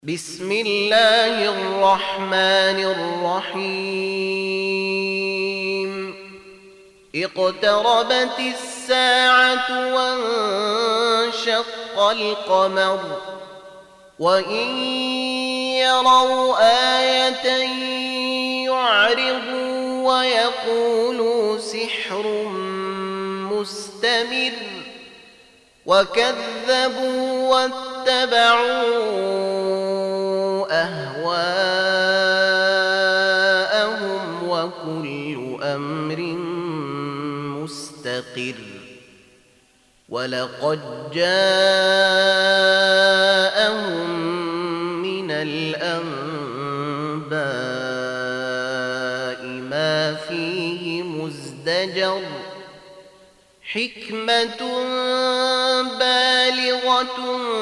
بسم الله الرحمن الرحيم اقتربت الساعة وانشق القمر وإن يروا آية يعرضوا ويقولوا سحر مستمر وكذبوا واتبعوا أهواءهم وكل أمر مستقر ولقد جاءهم من الأنباء ما فيه مزدجر حكمة بالغة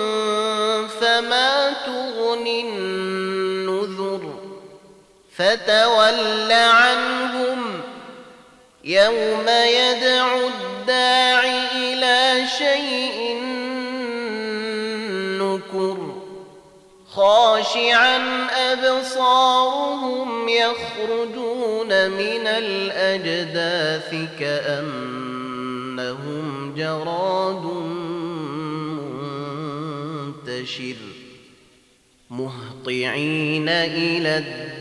فما تغني النذر فتول عنهم يوم يدعو الداع إلى شيء نكر خاشعا أبصارهم يخرجون من الأجداث كأنهم جراد منتشر مهطعين إلى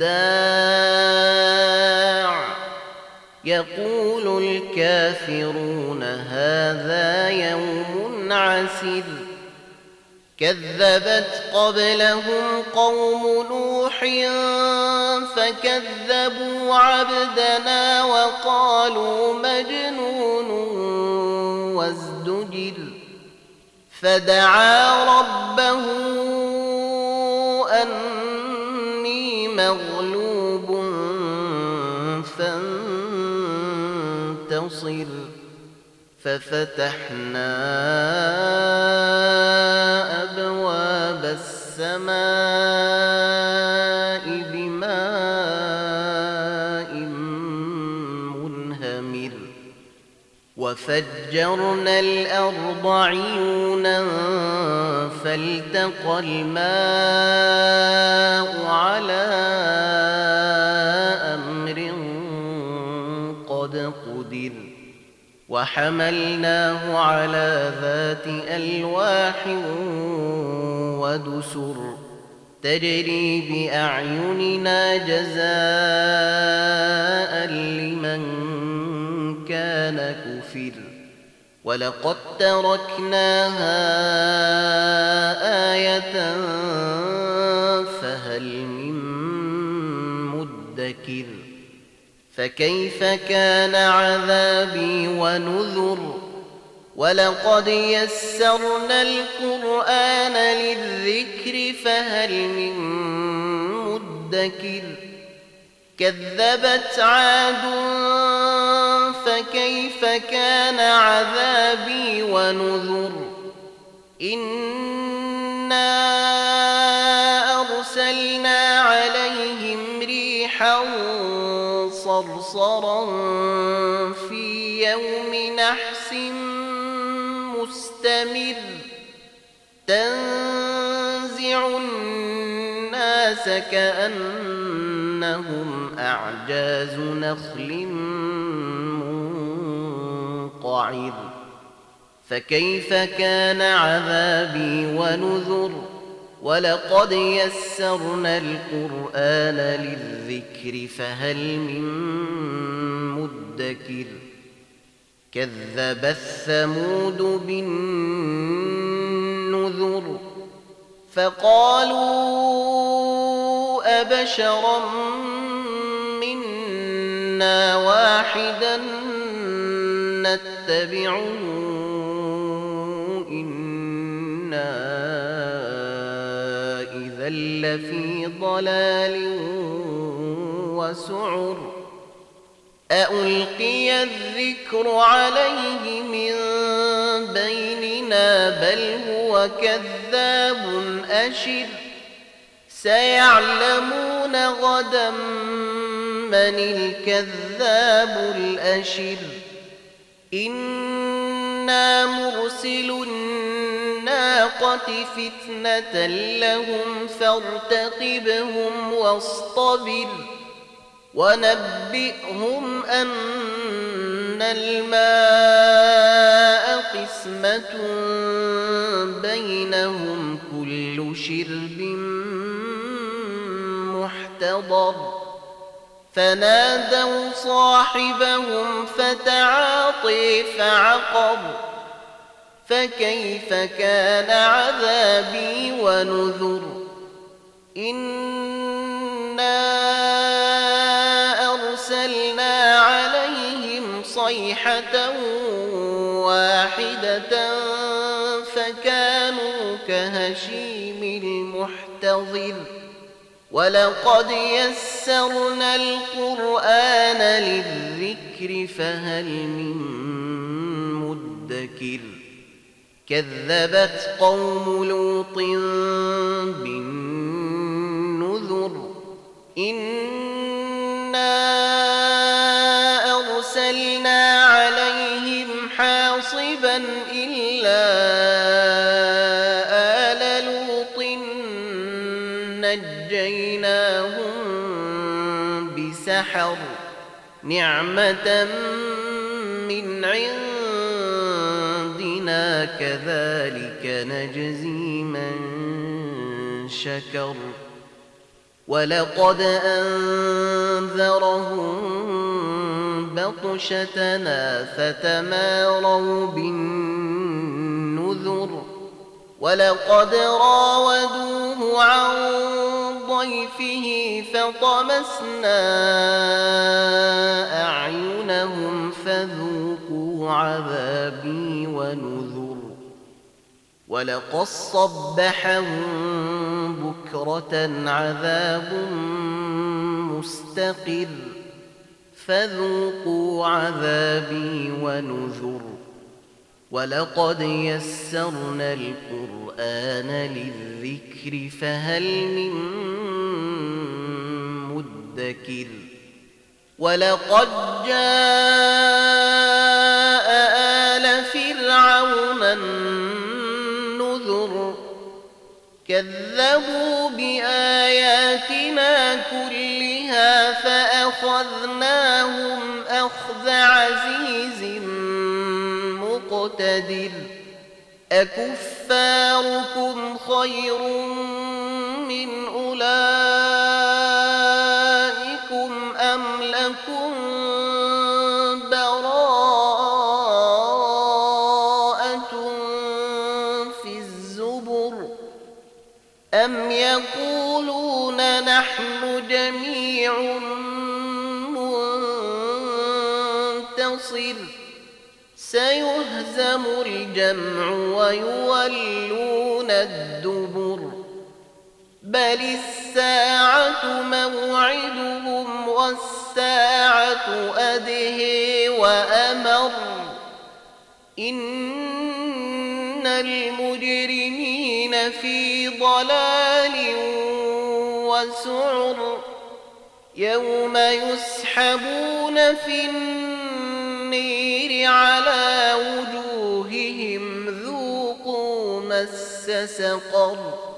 الداع يقول الكافرون هذا يوم عسر كذبت قبلهم قوم نوح فكذبوا عبدنا وقالوا مجنون وازدجر فدعا ربه أني مغلوب فانتصر ففتحنا أبواب السماء بماء منهمر وفجرنا الأرض عيونا فالتقى الماء على أمر قد قدر وحملناه على ذات ألواح ودسر تجري بأعيننا جزاء لمن كان كفر ولقد تركناها آية فهل من مدكر فكيف كان عذابي ونذر ولقد يسرنا القرآن للذكر فهل من مدكر كذبت عاد فكيف كان عذابي ونذر إنا أرسلنا عليهم ريحا صرصرا في يوم نحس مستمر تنزع الناس كأنهم أعجاز نخل منقعر فكيف كان عذابي ونذر ولقد يسرنا القرآن للذكر فهل من مدكر كذب الثمود بالنذر فقالوا أبشرا منا واحدا نتبعه إنا إذا لفي ضلال وسعر أألقي الذكر عليه من بيننا بل هو كذاب أشر سيعلمون غدا من الكذاب الأشر إنا مرسل النار الناقة فتنة لهم فارتقبهم واصطبر ونبئهم أن الماء قسمة بينهم كل شرب محتضر فنادوا صاحبهم فتعاطي فعقر فكيف كان عذابي ونذر إنا أرسلنا عليهم صيحة واحدة فكانوا كهشيم المحتضر ولقد يسرنا القرآن للذكر فهل من مدكر كذبت قوم لوط بالنذر إنا أرسلنا عليهم حاصبا إلا آل لوط نجيناهم بسحر نعمة من عندنا كذلك نجزي من شكر ولقد أنذرهم بطشتنا فتماروا بالنذر ولقد راودوه عن ضيفه فطمسنا أعينهم فذوقوا عذابي ونذر ولقد صبحهم بكرة عذاب مستقر فذوقوا عذابي ونذر ولقد يسرنا القرآن للذكر فهل من مدكر ولقد جاء آل فرعون النذر كذبوا بآياتنا كلها فأخذناهم أخذ عزيز مقتدر أكفاركم خير من أولئكم أم لكم براءة في الزبر أم يقولون نحن جميع منتصر سيهزم الجمع ويولون الدبر بل الساعة موعدهم والساعة أدهى وأمر إن المجرمين في ضلال وسعر يوم يسحبون في النير على وجوههم ذوقوا مس سقر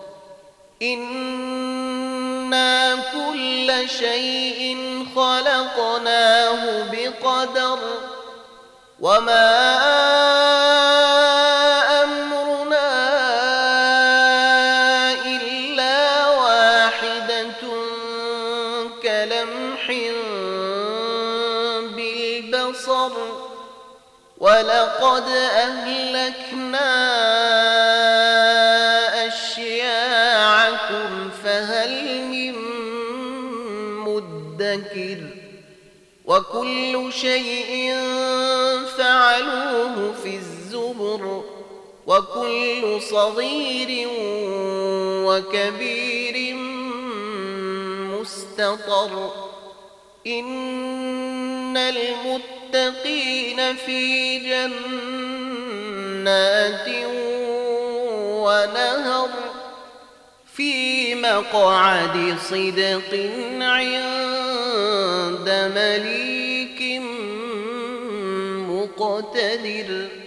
إنا كل شيء خلقناه بقدر وما أمرنا إلا واحدة كلمح بالبصر ولقد أهلكنا أشياعكم فهل من مدكر وكل شيء فعلوه في الزبر وكل صغير وكبير مستطر إن المتقين في جنات ونهر في مقعد صدق عند مليك مقتدر.